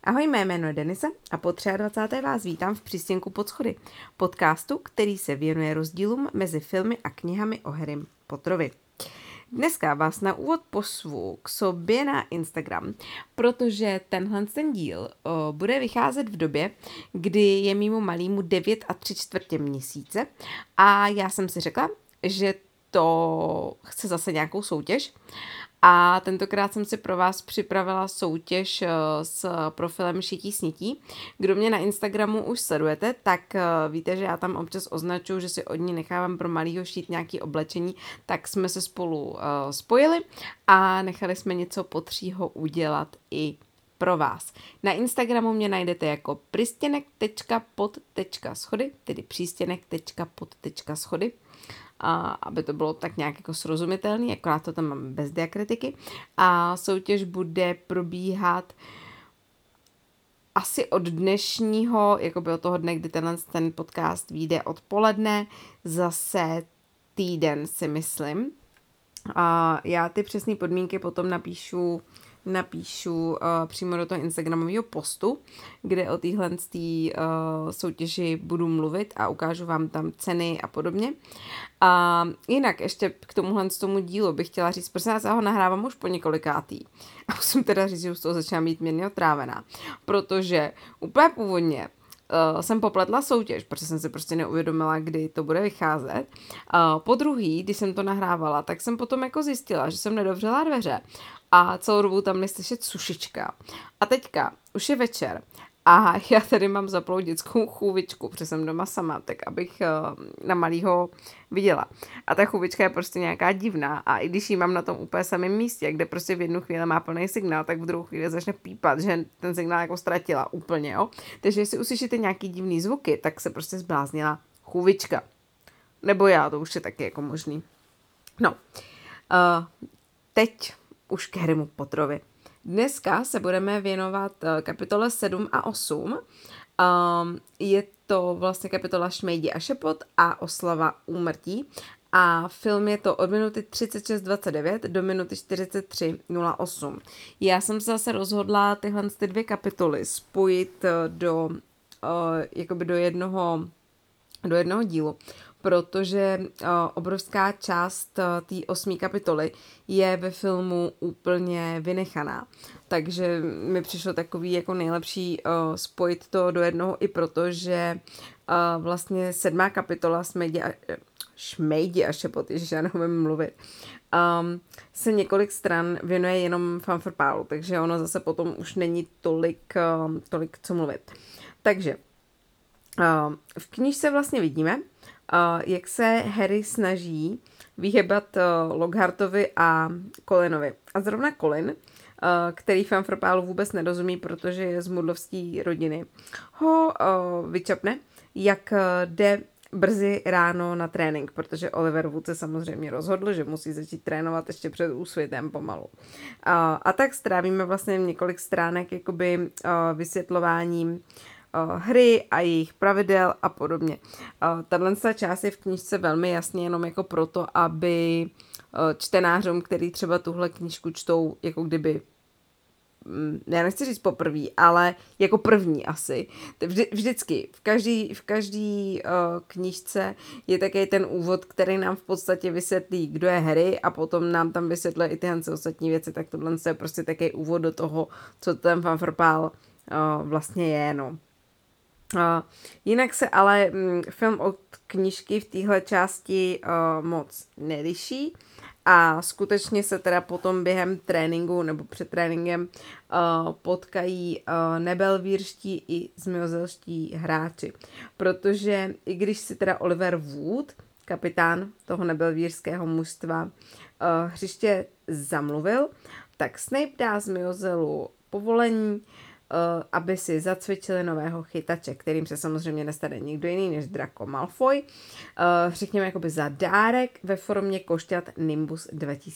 Ahoj, mé jméno je Denisa a po 23. vás vítám v Přístěnku pod schody, podcastu, který se věnuje rozdílům mezi filmy a knihami o Harrym Potterovi. Dneska vás na úvod pozvu k sobě na Instagram, protože ten díl bude vycházet v době, kdy je mýmu malýmu 9 a 3/4 měsíce a já jsem si řekla, že to chce zase nějakou soutěž. A tentokrát jsem si pro vás připravila soutěž s profilem Šití snětí. Kdo mě na Instagramu už sledujete, tak víte, že já tam občas označuju, že si od ní nechávám pro malýho šít nějaké oblečení, tak jsme se spolu spojili a nechali jsme něco potřího udělat i pro vás. Na Instagramu mě najdete jako pristěnek.pod.schody, tedy přístěnek.pod.schody. Aby to bylo tak nějak jako srozumitelný, akorát to tam mám bez diakritiky. A soutěž bude probíhat asi od dnešního, jako by od toho dne, kdy ten podcast vyjde odpoledne, zase týden si myslím. A já ty přesné podmínky potom napíšu přímo do toho instagramového postu, kde o téhle soutěži budu mluvit a ukážu vám tam ceny a podobně. A jinak ještě k tomu dílu bych chtěla říct, protože já ho nahrávám už po několikátý. A musím teda říct, že už toho začínám být mírně otrávená. Protože úplně původně jsem popletla soutěž, protože jsem si prostě neuvědomila, kdy to bude vycházet. Po druhý, když jsem to nahrávala, tak jsem potom jako zjistila, že jsem nedovřela dveře a celou dobu tam neslyšet sušička. A teďka už je večer a já tady mám zaplou dětskou chůvičku, protože jsem doma sama, tak abych na malýho viděla. A ta chůvička je prostě nějaká divná a i když ji mám na tom úplně samém místě, kde prostě v jednu chvíli má plný signál, tak v druhou chvíli začne pípat, že ten signál jako ztratila úplně, jo. Takže jestli uslyšíte nějaký divný zvuky, tak se prostě zbláznila chůvička. Nebo já, to už je taky jako možný. No, teď už k Harrymu Potterovi. Dneska se budeme věnovat kapitole 7 a 8. Je to vlastně kapitola Šmejdi a šepot a oslava úmrtí. A film je to od minuty 36:29 do minuty 43:08. Já jsem se zase rozhodla tyhle dvě kapitoly spojit do jednoho dílu, protože obrovská část té 8. kapitoly je ve filmu úplně vynechaná. Takže mi přišlo takový jako nejlepší spojit to do jednoho i proto, že vlastně 7. kapitola Šmejdi a šepot, ježiš, já neumím mluvit, se několik stran věnuje jenom fanfarpálu, takže ono zase potom už není tolik co mluvit. Takže v knížce vlastně vidíme, jak se Harry snaží vyhybat Lockhartovi a Colinovi. A zrovna Colin, který fanfarpálu vůbec nerozumí, protože je z mudlovské rodiny, ho vyčapne, jak jde brzy ráno na trénink, protože Oliver Wood se samozřejmě rozhodl, že musí začít trénovat ještě před úsvitem pomalu. A tak strávíme vlastně několik stránek jakoby vysvětlováním hry a jejich pravidel a podobně. Tato část je v knížce velmi jasně jenom jako proto, aby čtenářům, který třeba tuhle knížku čtou jako kdyby, já nechci říct poprvé, ale jako první asi. Vždycky, v každý knížce je také ten úvod, který nám v podstatě vysvětlí, kdo je Harry a potom nám tam vysvětlí i tyhle ostatní věci, tak tohle je prostě takový úvod do toho, co ten fanfarpál vlastně je, no. Jinak se ale film od knížky v téhle části moc neliší a skutečně se teda potom během tréninku nebo před tréninkem potkají nebelvírští i zmiozelští hráči. Protože i když si teda Oliver Wood, kapitán toho nebelvírského mužstva, hřiště zamluvil, tak Snape dá zmiozelu povolení, aby si zacvičili nového chytače, kterým se samozřejmě nestane nikdo jiný než Draco Malfoy. Řekněme jakoby za dárek ve formě košťat Nimbus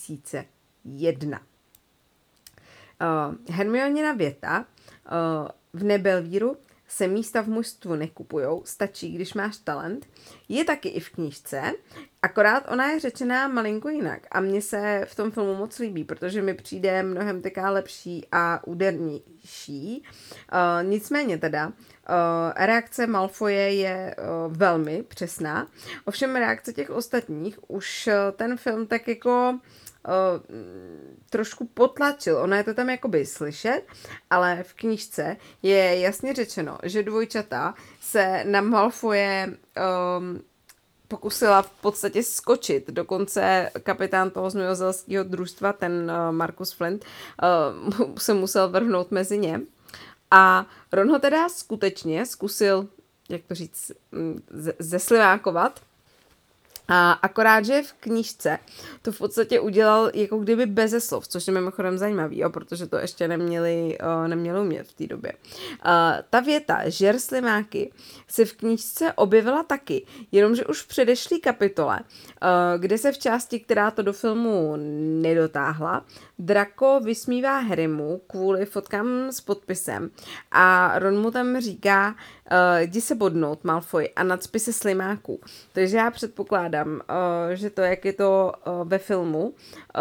2001. Hermionina věta v Nebelvíru se místa v mužstvu nekupujou, stačí, když máš talent, je taky i v knížce, akorát ona je řečená malinko jinak a mně se v tom filmu moc líbí, protože mi přijde mnohem taká lepší a údernější. Nicméně teda, reakce Malfoje je velmi přesná, ovšem reakce těch ostatních už ten film tak jako trošku potlačil. Ona je to tam jakoby slyšet, ale v knížce je jasně řečeno, že dvojčata se na Malfoje pokusila v podstatě skočit. Dokonce kapitán toho zmijozelského družstva, ten Marcus Flint, se musel vrhnout mezi ně. A Ron ho teda skutečně zkusil, jak to říct, zeslivákovat. A akorát, že v knížce to v podstatě udělal jako kdyby beze slov, což je mimochodem zajímavý, jo, protože to ještě neměli umět v té době. Ta věta žer slimáky se v knížce objevila taky, jenomže už v předešlý kapitole, kde se v části, která to do filmu nedotáhla, Draco vysmívá Harrymu kvůli fotkám s podpisem a Ron mu tam říká, jdi se bodnout, Malfoy, a nacpi se slimáků. Takže já předpokládám, že to, jak je to ve filmu,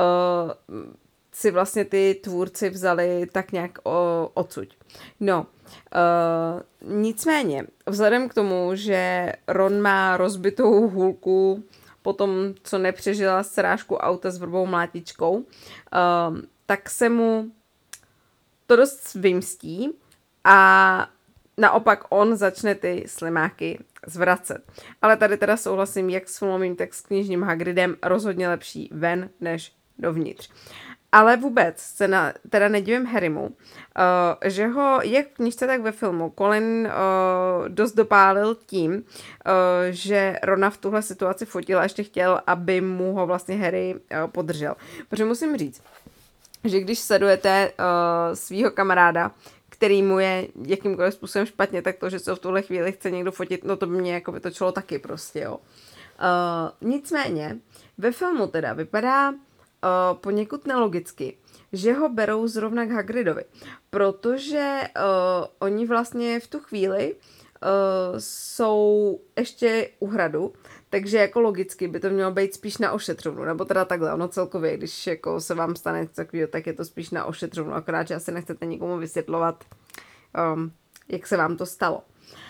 si vlastně ty tvůrci vzali tak nějak odsuť. No, nicméně, vzhledem k tomu, že Ron má rozbitou hůlku po tom, co nepřežila srážku auta s vrbou mlátičkou, tak se mu to dost vymstí a naopak on začne ty slimáky zvracet. Ale tady teda souhlasím jak s filmovým, tak s knižním Hagridem, rozhodně lepší ven než dovnitř. Ale vůbec se teda nedivím Harrymu, že ho jak v knížce, tak ve filmu Colin dost dopálil tím, že Rona v tuhle situaci fotil a ještě chtěl, aby mu ho vlastně Harry podržel. Protože musím říct, že když sledujete svýho kamaráda, který mu je jakýmkoliv způsobem špatně, tak to, že se v tuhle chvíli chce někdo fotit, no to by mě jako vytočilo taky prostě, jo. Nicméně, ve filmu teda vypadá poněkud nelogicky, že ho berou zrovna k Hagridovi, protože oni vlastně v tu chvíli jsou ještě u hradu, takže jako logicky by to mělo být spíš na ošetřovnu, nebo teda takhle, ono celkově, když jako se vám stane takovýho, tak je to spíš na ošetřovnu, akorát, že asi nechcete nikomu vysvětlovat, jak se vám to stalo.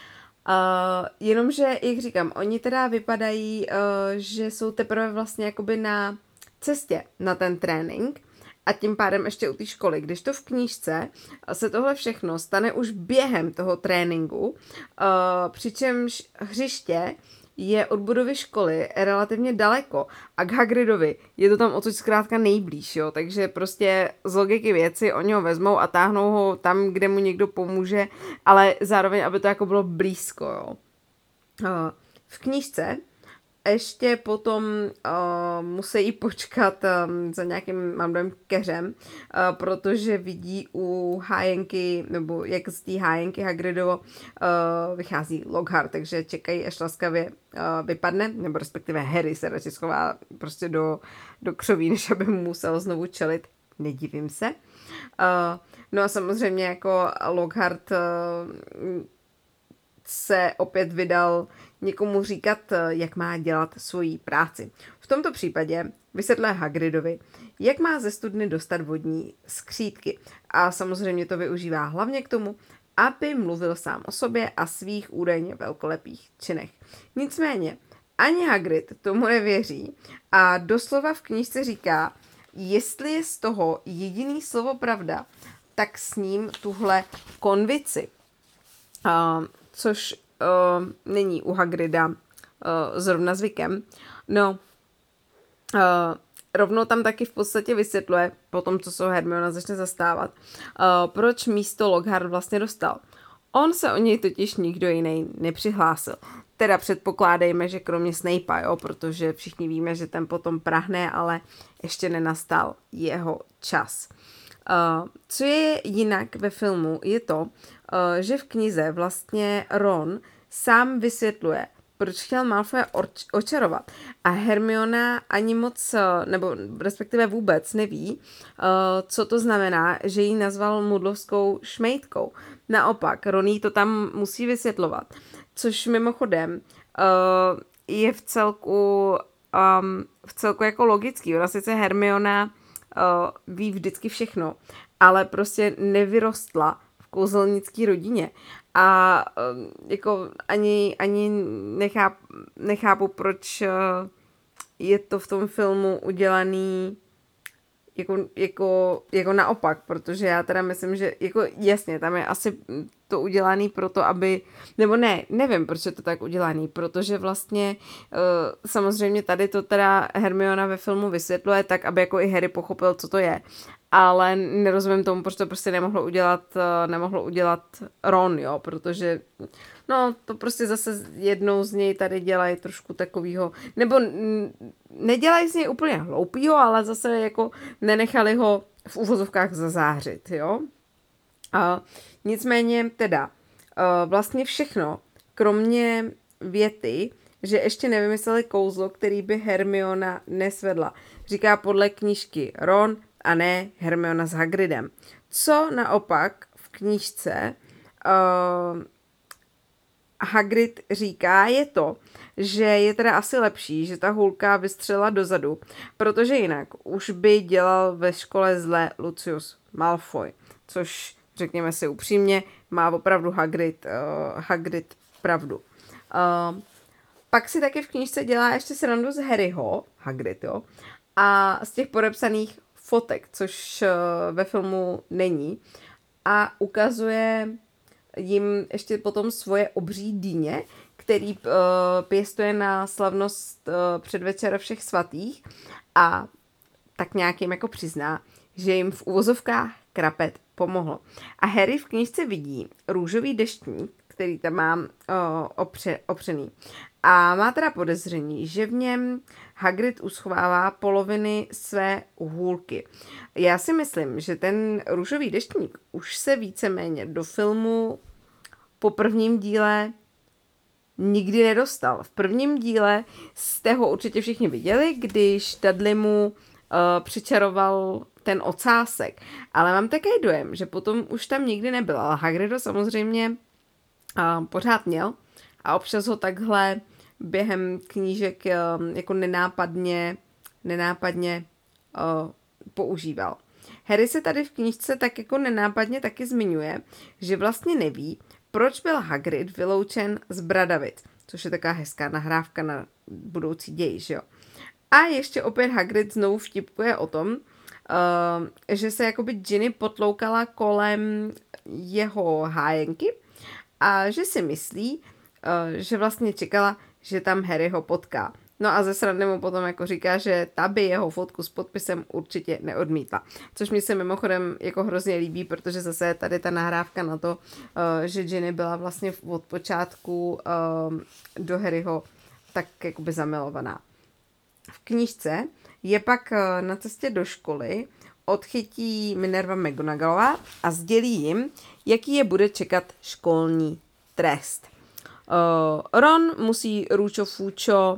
Jenomže, jak říkám, oni teda vypadají, že jsou teprve vlastně jakoby na cestě na ten trénink a tím pádem ještě u té školy. Když to v knížce se tohle všechno stane už během toho tréninku, přičemž hřiště je od budovy školy relativně daleko a k Hagridovi je to tam odsud zkrátka nejblíž, jo, takže prostě z logiky věci oni ho vezmou a táhnou ho tam, kde mu někdo pomůže, ale zároveň, aby to jako bylo blízko, jo. V knížce ještě potom musí počkat za nějakým, mám dojem, keřem, protože vidí u hájenky, nebo jak z té hájenky Hagridovo vychází Lockhart, takže čekají, až laskavě vypadne, nebo respektive Harry se radši schová prostě do křoví, než aby mu musel znovu čelit. Nedivím se. No a samozřejmě jako Lockhart se opět vydal někomu říkat, jak má dělat svoji práci. V tomto případě vysvětluje Hagridovi, jak má ze studny dostat vodní skřítky. A samozřejmě to využívá hlavně k tomu, aby mluvil sám o sobě a svých údajně velkolepých činech. Nicméně ani Hagrid tomu nevěří a doslova v knížce říká, jestli je z toho jediný slovo pravda, tak s ním tuhle konvici. Což není u Hagrida zrovna zvykem. No, rovnou tam taky v podstatě vysvětluje, po tom, co se Hermiona začne zastávat, proč místo Lockhart vlastně dostal. On se o něj totiž nikdo jiný nepřihlásil. Teda předpokládejme, že kromě Snape'a, jo, protože všichni víme, že ten potom prahne, ale ještě nenastal jeho čas. Co je jinak ve filmu, je to, že v knize vlastně Ron sám vysvětluje, proč chtěl Malfoje očarovat. A Hermiona ani moc, nebo respektive vůbec neví, co to znamená, že ji nazval mudlovskou šmejdkou. naopak, Ron jí to tam musí vysvětlovat, což mimochodem je v celku jako logický. Ona sice Hermiona ví vždycky všechno, ale prostě nevyrostla v kouzelnické rodině. A jako ani nechápu, proč je to v tom filmu udělaný jako naopak, protože já teda myslím, že jako jasně, tam je asi to udělaný proto, aby, nebo ne, nevím, proč je to tak udělaný, protože vlastně samozřejmě tady to teda Hermiona ve filmu vysvětluje tak, aby jako i Harry pochopil, co to je. Ale nerozumím tomu, proč to prostě nemohlo udělat Ron, jo, protože no, to prostě zase jednou z něj tady dělají trošku takovýho, nebo nedělají z něj úplně hloupýho, ale zase jako nenechali ho v uvozovkách zazářit, jo. Nicméně teda vlastně všechno, kromě věty, že ještě nevymysleli kouzlo, který by Hermiona nesvedla. Říká podle knížky Ron a ne Hermiona s Hagridem. Co naopak v knížce Hagrid říká, je to, že je teda asi lepší, že ta hůlka vystřelila dozadu, protože jinak už by dělal ve škole zle Lucius Malfoy, což řekněme si upřímně, má opravdu Hagrid pravdu. Pak si taky v knížce dělá ještě srandu z Harryho, Hagrid, jo, a z těch podepsaných fotek, což ve filmu není, a ukazuje jim ještě potom svoje obří dýně, který pěstuje na slavnost předvečera všech svatých a tak nějak jim jako přizná, že jim v uvozovkách krapet pomohlo. A Harry v knížce vidí růžový deštník, který tam má opřený. A má teda podezření, že v něm Hagrid uschovává poloviny své hůlky. Já si myslím, že ten růžový deštník už se víceméně do filmu po prvním díle nikdy nedostal. V prvním díle jste ho určitě všichni viděli, když Dudley mu přičaroval ten ocásek. Ale mám také dojem, že potom už tam nikdy nebyl. Ale Hagrid ho samozřejmě pořád měl a občas ho takhle během knížek jako nenápadně používal. Harry se tady v knížce tak jako nenápadně taky zmiňuje, že vlastně neví, proč byl Hagrid vyloučen z Bradavic, což je taková hezká nahrávka na budoucí děj, že jo. A ještě opět Hagrid znovu vtipkuje o tom, že se jakoby Ginny potloukala kolem jeho hájenky a že si myslí, že vlastně čekala, že tam Harry ho potká. No a ze srandy mu potom jako říká, že ta by jeho fotku s podpisem určitě neodmítla. Což mi se mimochodem jako hrozně líbí, protože zase je tady ta nahrávka na to, že Ginny byla vlastně od počátku do Harryho tak jakoby zamilovaná. V knížce je pak na cestě do školy odchytí Minerva McGonagallová a sdělí jim, jaký je bude čekat školní trest. Ron musí růčo fůčo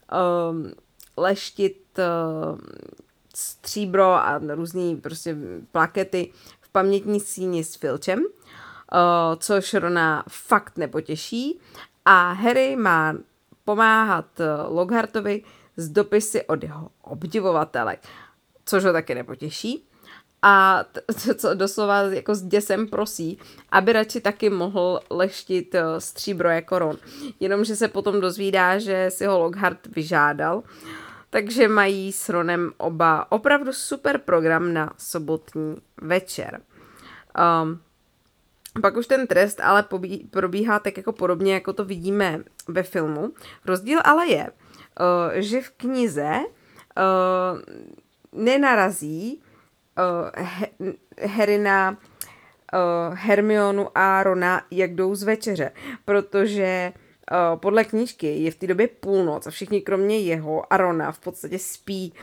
leštit stříbro a různý prostě plakety v pamětní síni s Filčem, což Rona fakt nepotěší, a Harry má pomáhat Lockhartovi s dopisy od jeho obdivovatelek, což ho taky nepotěší. A co doslova jako s děsem prosí, aby radši taky mohl leštit stříbro jako Ron. Jenomže se potom dozvídá, že si ho Lockhart vyžádal, takže mají s Ronem oba opravdu super program na sobotní večer. Pak už ten trest ale probíhá tak jako podobně, jako to vidíme ve filmu. Rozdíl ale je, že v knize nenarazí Harry na Hermionu a Rona, jak jdou z večeře, protože podle knížky je v té době půlnoc a všichni kromě jeho a Rona v podstatě spí.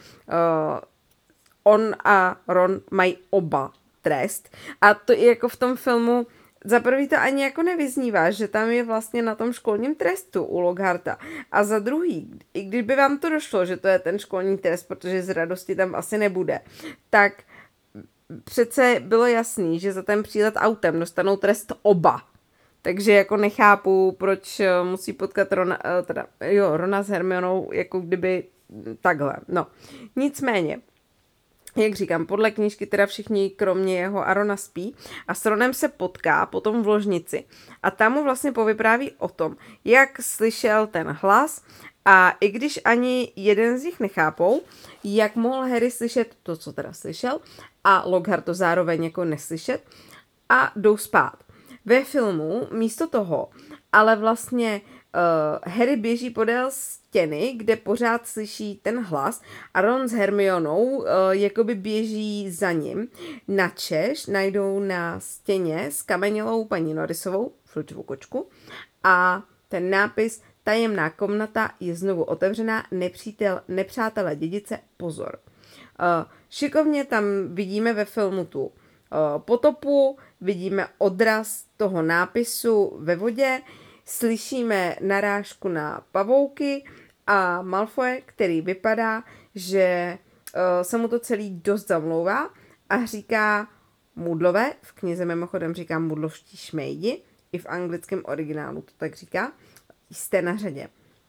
On a Ron mají oba trest a to i jako v tom filmu za prvý to ani jako nevyznívá, že tam je vlastně na tom školním trestu u Lockharta. A za druhý, i kdyby vám to došlo, že to je ten školní trest, protože z radosti tam asi nebude, tak přece bylo jasný, že za ten přílet autem dostanou trest oba. Takže jako nechápu, proč musí potkat Rona s Hermionou, jako kdyby takhle. No, nicméně, jak říkám, podle knížky teda všichni kromě jeho a Rona spí a s Ronem se potká potom v ložnici a tam mu vlastně povypráví o tom, jak slyšel ten hlas a i když ani jeden z nich nechápou, jak mohl Harry slyšet to, co teda slyšel a Lockhart to zároveň jako neslyšet a jdou spát. Ve filmu místo toho ale vlastně Harry běží podél stěny, kde pořád slyší ten hlas a Ron s Hermionou jakoby běží za ním. Načež najdou na stěně skamenělou paní Norrisovou, Filčovu kočku, a ten nápis Tajemná komnata je znovu otevřená, nepřátelé dědice, pozor. Šikovně tam vidíme ve filmu tu potopu, vidíme odraz toho nápisu ve vodě, slyšíme narážku na pavouky a Malfoy, který vypadá, že se mu to celý dost zamlouvá a říká mudlové, v knize mimochodem říká mudlovští šmejdi, i v anglickém originálu to tak říká, jste na řadě.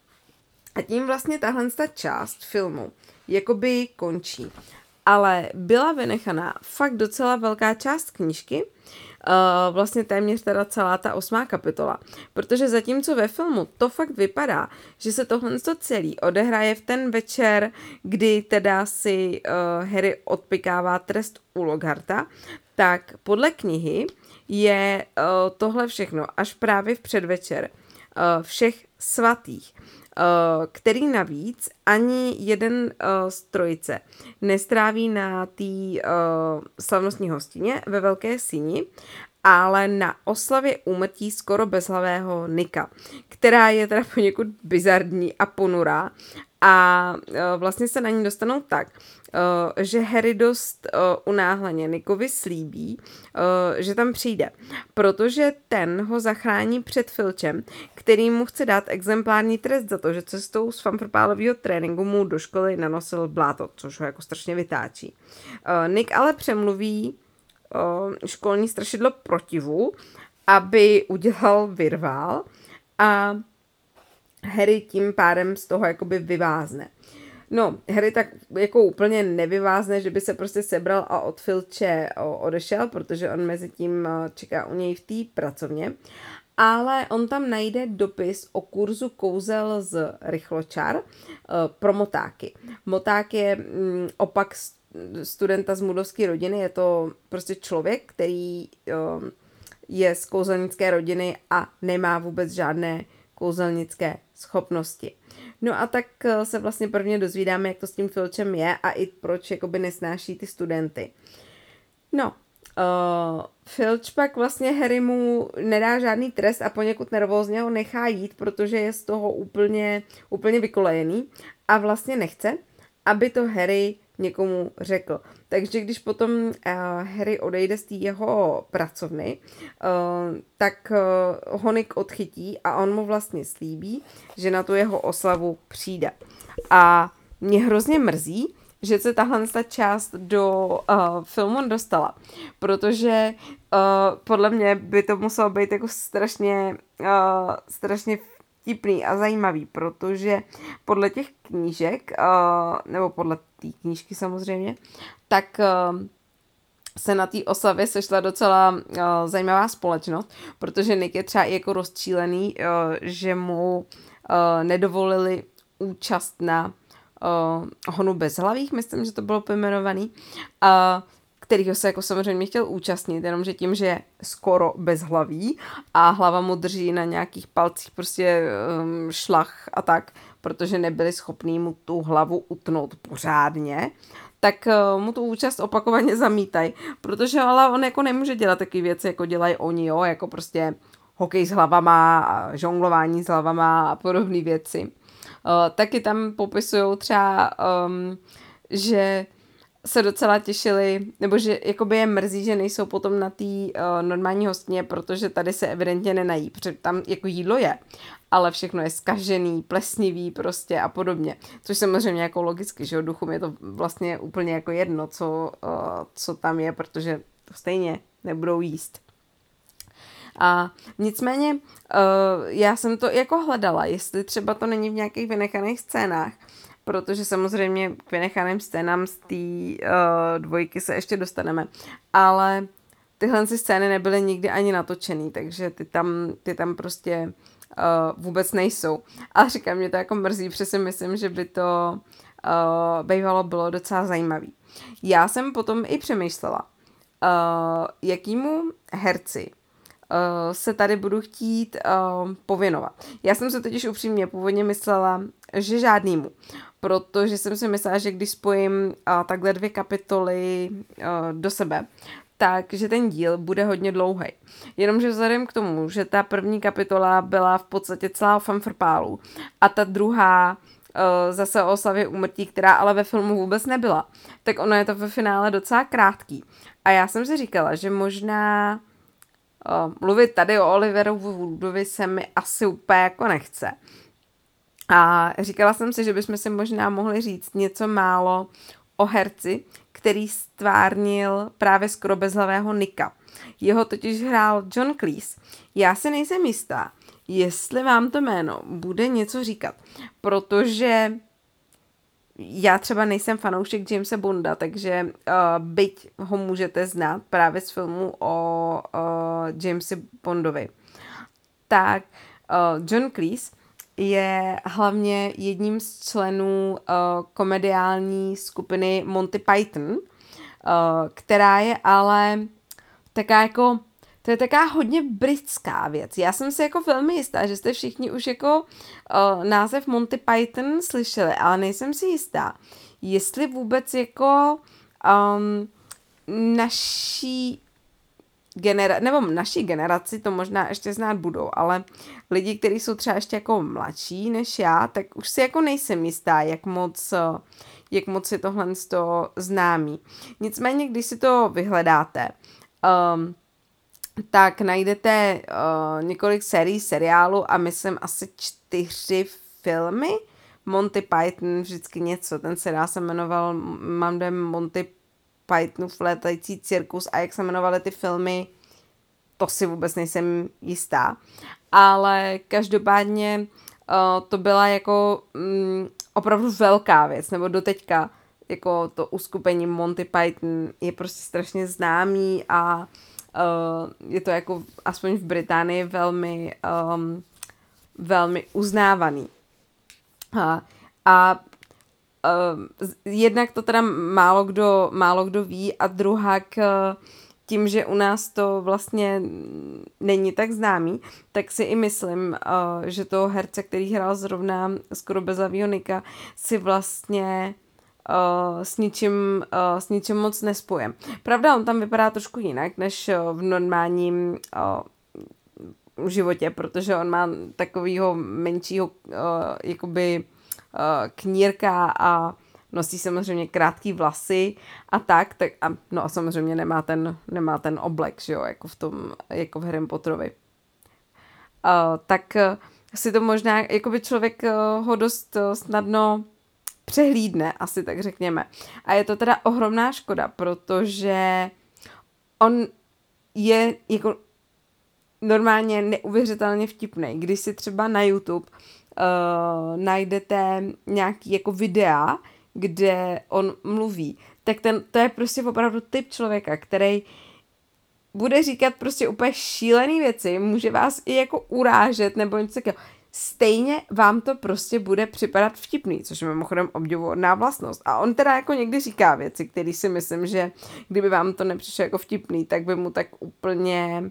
A tím vlastně tahle část filmu jakoby končí. Ale byla vynechaná fakt docela velká část knížky, vlastně téměř teda celá ta 8. kapitola, protože zatímco ve filmu to fakt vypadá, že se tohle celý odehraje v ten večer, kdy teda si Harry odpykává trest u Lockharta, tak podle knihy je tohle všechno až právě v předvečer všech svatých, který navíc ani jeden z trojice nestráví na té slavnostní hostině ve Velké síni, ale na oslavě úmrtí skoro bezhlavého Nika, která je teda poněkud bizarní a ponurá a vlastně se na ní dostanou tak, že Harry dost unáhleně Nikovi slíbí, že tam přijde, protože ten ho zachrání před Filčem, který mu chce dát exemplární trest za to, že cestou z fanfrpálového tréninku mu do školy nanosil bláto, což ho jako strašně vytáčí. Nick ale přemluví školní strašidlo protivu, aby udělal virvál a Harry tím pádem z toho jakoby vyvázne. No, Harry tak jako úplně nevyvázne, že by se prostě sebral a od Filče odešel, protože on mezi tím čeká u něj v té pracovně. Ale on tam najde dopis o kurzu kouzel z rychločar pro motáky. Moták je opak studenta z mudlovské rodiny, je to prostě člověk, který je z kouzelnické rodiny a nemá vůbec žádné kouzelnické schopnosti. No a tak se vlastně prvně dozvídáme, jak to s tím Filčem je a i proč jakoby nesnáší ty studenty. No, Filč pak vlastně Harry mu nedá žádný trest a poněkud nervózně ho nechá jít, protože je z toho úplně vykolejený a vlastně nechce, aby to Harry někomu řekl. Takže když potom Harry odejde z té jeho pracovny, tak ho Nick odchytí a on mu vlastně slíbí, že na tu jeho oslavu přijde. A mě hrozně mrzí, že se tahle část do filmu dostala, protože podle mě by to muselo být jako strašně vtipný a zajímavý, protože podle těch knížek, nebo podle té knížky samozřejmě, tak se na té oslavě sešla docela zajímavá společnost, protože Nick je třeba i jako rozčílený, že mu nedovolili účast na honu bezhlavých, myslím, že to bylo pojmenovaný, kterýho se jako samozřejmě chtěl účastnit, jenomže tím, že je skoro bezhlavý a hlava mu drží na nějakých palcích prostě šlach a tak, protože nebyli schopní mu tu hlavu utnout pořádně, tak mu tu účast opakovaně zamítají, protože ale on jako nemůže dělat takové věci, jako dělají oni, jo, jako prostě hokej s hlavama a žonglování s hlavama a podobné věci. Taky tam popisují třeba, že se docela těšili, nebo že jakoby je mrzí, že nejsou potom na té normální hostině, protože tady se evidentně nenají, protože tam jako jídlo je, ale všechno je zkažený, plesnivý prostě a podobně. Což samozřejmě jako logicky, že jo, duchům je to vlastně úplně jako jedno, co tam je, protože to stejně nebudou jíst. A nicméně já jsem to jako hledala, jestli třeba to není v nějakých vynechaných scénách, protože samozřejmě k vynechaným scénám z té dvojky se ještě dostaneme, ale tyhle scény nebyly nikdy ani natočený, takže ty tam prostě vůbec nejsou. Ale říkám, mě to jako mrzí, protože si myslím, že by to bývalo bylo docela zajímavý. Já jsem potom i přemýšlela, jakýmu herci se tady budu chtít pověnovat. Já jsem se totiž upřímně původně myslela, že žádnýmu, protože jsem si myslela, že když spojím takhle 2 kapitoly do sebe, takže ten díl bude hodně dlouhý. Jenomže vzhledem k tomu, že ta první kapitola byla v podstatě celá o fanfrpálu a ta druhá zase o oslavě úmrtí, která ale ve filmu vůbec nebyla, tak ono je to ve finále docela krátký. A já jsem si říkala, že možná mluvit tady o Oliveru Woodovi se mi asi úplně jako nechce. A říkala jsem si, že bychom si možná mohli říct něco málo o herci, který stvárnil právě skoro bezhlavého Nicka. Jeho totiž hrál John Cleese. Já si nejsem jistá, jestli vám to jméno bude něco říkat, protože já třeba nejsem fanoušek Jamesa Bonda, takže byť ho můžete znát právě z filmu o Jamesi Bondovi, tak John Cleese je hlavně jedním z členů komediální skupiny Monty Python, která je ale taká jako, to je taká hodně britská věc. Já jsem si jako velmi jistá, že jste všichni už jako název Monty Python slyšeli, ale nejsem si jistá, jestli vůbec jako naší generaci to možná ještě znát budou, ale lidi, kteří jsou třeba ještě jako mladší než já, tak už si jako nejsem jistá, jak moc je tohle známý. Nicméně, když si to vyhledáte, tak najdete několik sérií seriálu a myslím asi 4 filmy. Monty Python, vždycky něco. Ten seriál se jmenoval Monty Pythonův létající cirkus a jak se jmenovaly ty filmy, to si vůbec nejsem jistá. Ale každopádně to byla jako opravdu velká věc, nebo doteďka jako to uskupení Monty Python je prostě strašně známý a je to jako aspoň v Británii velmi uznávaný. A jednak to teda málo kdo ví a druhak tím, že u nás to vlastně není tak známý, tak si i myslím, že toho herce, který hrál zrovna skoro bezhlavýho Nicka, si vlastně s ničím moc nespojím. Pravda, on tam vypadá trošku jinak, než v normálním životě, protože on má takovýho menšího jakoby knírka a nosí samozřejmě krátký vlasy a tak no a samozřejmě nemá ten oblek, že jo, jako v Harry Potterovi. Tak si to možná, jakoby člověk ho dost snadno přehlídne, asi tak řekněme. A je to teda ohromná škoda, protože on je jako normálně neuvěřitelně vtipný. Když si třeba na YouTube najdete nějaký jako videa, kde on mluví, tak to je prostě opravdu typ člověka, který bude říkat prostě úplně šílený věci, může vás i jako urážet nebo něco takového. Stejně vám to prostě bude připadat vtipný, což je mimochodem obdivuhodná vlastnost. A on teda jako někdy říká věci, které si myslím, že kdyby vám to nepřišlo jako vtipný, tak by mu tak úplně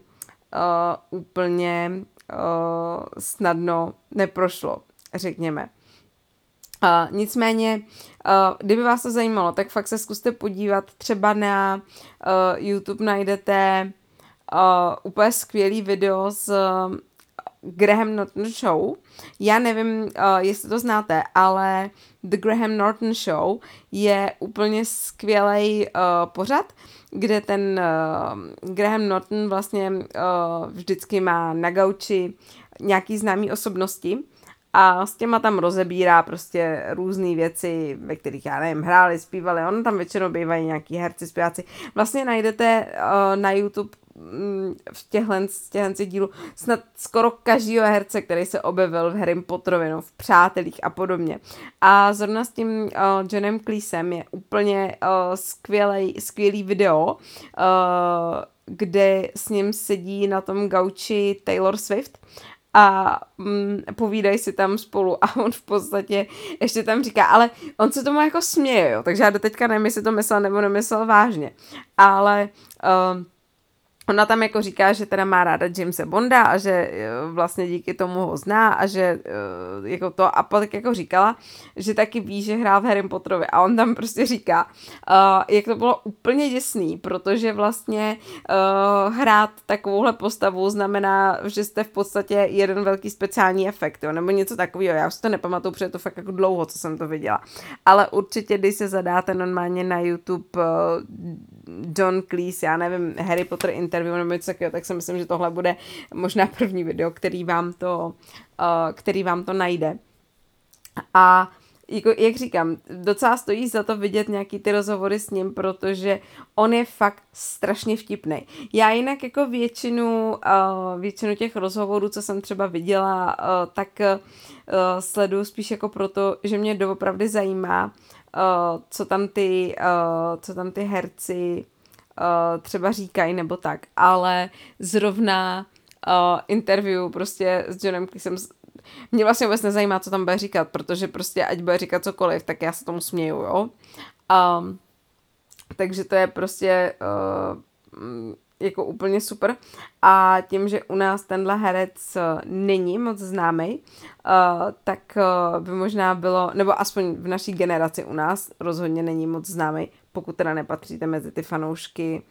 snadno neprošlo, řekněme. Nicméně, kdyby vás to zajímalo, tak fakt se zkuste podívat, třeba na YouTube najdete úplně skvělý video Graham Norton Show. Já nevím, jestli to znáte, ale The Graham Norton Show je úplně skvělej pořad, kde ten Graham Norton vlastně vždycky má na gauči nějaký známý osobnosti a s těma tam rozebírá prostě různé věci, ve kterých, já nevím, hráli, zpívali, on tam většinou bývají nějaký herci, zpěváci. Vlastně najdete na YouTube v těchhle dílu snad skoro každýho herce, který se objevil v Harry Potterovi, no, v Přátelích a podobně. A zrovna s tím Johnem Cleesem je úplně skvělý video, kde s ním sedí na tom gauči Taylor Swift a povídají si tam spolu a on v podstatě ještě tam říká, ale on se tomu jako směje, jo, takže já doteďka nevím, jestli to myslel nebo nemyslel vážně, ale ona tam jako říká, že teda má ráda Jamese Bonda a že vlastně díky tomu ho zná a že jako to a pak jako říkala, že taky ví, že hrál v Harry Potterovi a on tam prostě říká, jak to bylo úplně děsný, protože vlastně hrát takovouhle postavu znamená, že jste v podstatě jeden velký speciální efekt, jo, nebo něco takového, já už si to nepamatuju, protože je to fakt jako dlouho, co jsem to viděla, ale určitě, když se zadáte normálně na YouTube John Cleese, já nevím, Harry Potter interview nebo něco takového, tak si myslím, že tohle bude možná první video, který vám to najde. A jako, jak říkám, docela stojí za to vidět nějaký ty rozhovory s ním, protože on je fakt strašně vtipnej. Já jinak jako většinu těch rozhovorů, co jsem třeba viděla, tak sleduju spíš jako proto, že mě doopravdy zajímá, co tam ty herci třeba říkají nebo tak, ale zrovna interview prostě s Johnem Cleesem mě vlastně vůbec nezajímá, co tam bude říkat, protože prostě ať bude říkat cokoliv, tak já se tomu směju, jo. Takže to je prostě jako úplně super. A tím, že u nás tenhle herec není moc známý, tak by možná bylo, nebo aspoň v naší generaci u nás rozhodně není moc známý, pokud teda nepatříte mezi ty fanoušky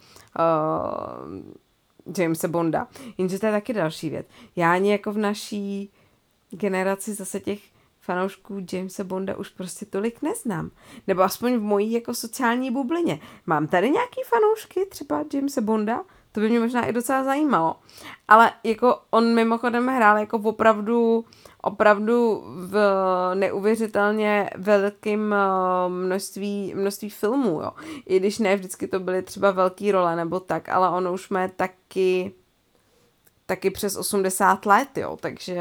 Jamese Bonda. Jenže to je taky další věc. Já ani jako v naší generaci zase těch fanoušků Jamese Bonda už prostě tolik neznám. Nebo aspoň v mojí jako sociální bublině. Mám tady nějaký fanoušky, třeba Jamese Bonda? To by mě možná i docela zajímalo. Ale jako on mimochodem hrál jako opravdu v neuvěřitelně velkým množství filmů, jo. I když ne vždycky to byly třeba velký role nebo tak, ale on už má taky přes 80 let, jo,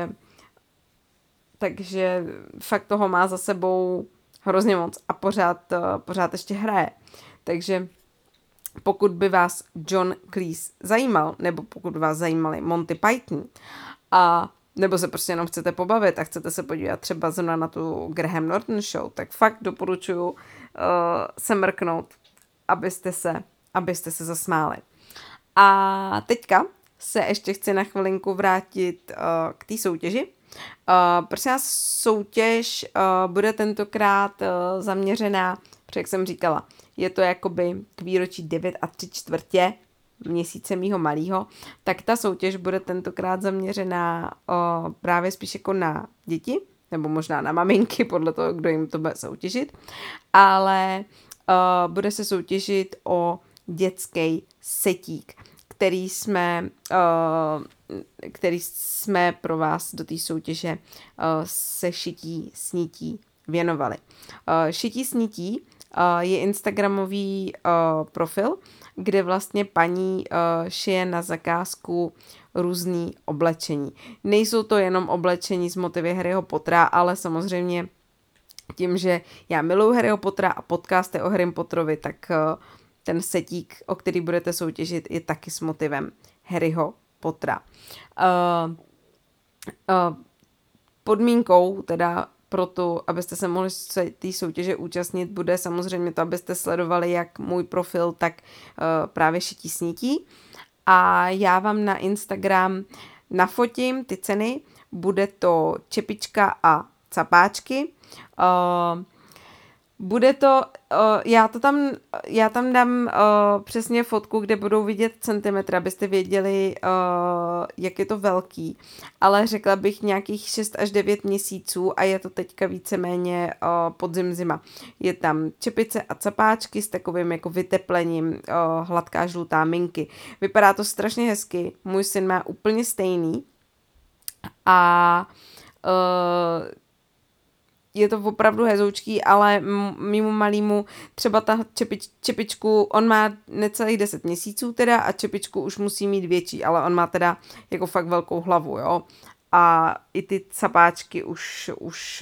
takže fakt toho má za sebou hrozně moc a pořád ještě hraje. Takže pokud by vás John Cleese zajímal, nebo pokud by vás zajímali Monty Python, nebo se prostě jenom chcete pobavit a chcete se podívat třeba zrovna na tu Graham Norton Show, tak fakt doporučuji se mrknout, abyste se zasmáli. A teďka se ještě chci na chvilinku vrátit k té soutěži. Prosím vás, soutěž bude tentokrát zaměřená, protože jak jsem říkala, je to jakoby k výročí 9 3/4 měsíce mýho malýho, tak ta soutěž bude tentokrát zaměřená právě spíš jako na děti, nebo možná na maminky, podle toho, kdo jim to bude soutěžit, ale bude se soutěžit o dětský setík, který jsme pro vás do té soutěže se šití snítí věnovali. Šití snítí je instagramový profil, kde vlastně paní šije na zakázku různý oblečení. Nejsou to jenom oblečení z motivy Harryho Pottera, ale samozřejmě tím, že já miluji Harryho Pottera a podcast je o Harrym Potterovi, tak ten setík, o který budete soutěžit, je taky s motivem Harryho Pottera. Podmínkou teda pro to, abyste se mohli té soutěže účastnit, bude samozřejmě to, abyste sledovali jak můj profil, tak právě šití snítí. A já vám na Instagram nafotím ty ceny, bude to čepička a capáčky. Bude to, já tam dám přesně fotku, kde budou vidět centimetry, abyste věděli, jak je to velký, ale řekla bych nějakých 6 až 9 měsíců a je to teďka víceméně podzim zima. Je tam čepice a capáčky s takovým jako vyteplením, hladká žlutá minky. Vypadá to strašně hezky, můj syn má úplně stejný a je to opravdu hezoučký, ale mýmu malýmu třeba ta čepičku, on má necelých 10 měsíců teda a čepičku už musí mít větší, ale on má teda jako fakt velkou hlavu, jo. A i ty sapáčky už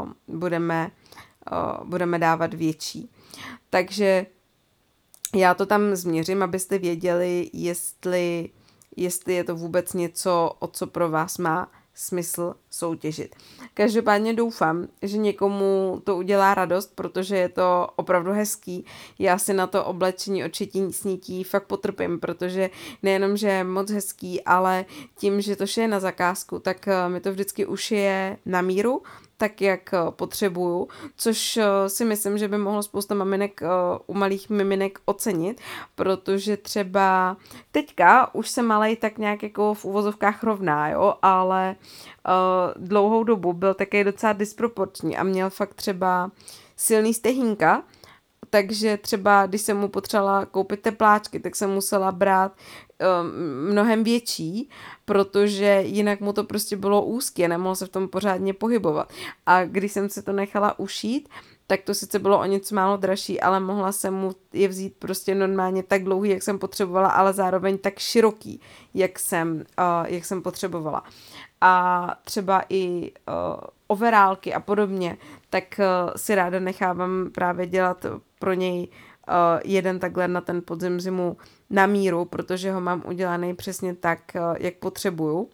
budeme dávat větší. Takže já to tam změřím, abyste věděli, jestli je to vůbec něco, o co pro vás má smysl soutěžit. Každopádně doufám, že někomu to udělá radost, protože je to opravdu hezký. Já si na to oblečení od Šetí fakt potrpím, protože nejenom, že je moc hezký, ale tím, že to šije na zakázku, tak mi to vždycky ušije na míru, tak, jak potřebuju, což si myslím, že by mohlo spousta maminek u malých miminek ocenit, protože třeba teďka už se malej tak nějak jako v uvozovkách rovná, jo, ale dlouhou dobu byl také docela disproporční a měl fakt třeba silný stehínka, takže třeba, když jsem mu potřebovala koupit tepláčky, tak jsem musela brát mnohem větší, protože jinak mu to prostě bylo úzké, nemohl se v tom pořádně pohybovat. A když jsem se to nechala ušít, tak to sice bylo o něco málo dražší, ale mohla jsem mu je vzít prostě normálně tak dlouhý, jak jsem potřebovala, ale zároveň tak široký, jak jsem potřebovala. A třeba i overálky a podobně, tak si ráda nechávám právě dělat pro něj jeden takhle na ten podzim zimu na míru, protože ho mám udělaný přesně tak, jak potřebuju.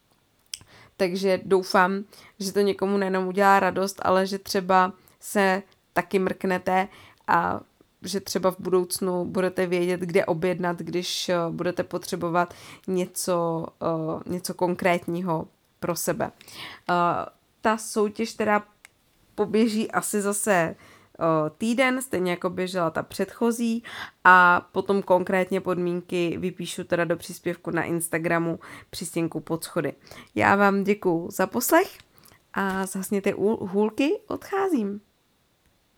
Takže doufám, že to někomu nejenom udělá radost, ale že třeba se taky mrknete a že třeba v budoucnu budete vědět, kde objednat, když budete potřebovat něco konkrétního pro sebe. Ta soutěž teda poběží asi zase týden, stejně jako běžela ta předchozí a potom konkrétně podmínky vypíšu teda do příspěvku na Instagramu Přistěnku pod schody. Já vám děkuju za poslech a zhasněte hůlky, odcházím.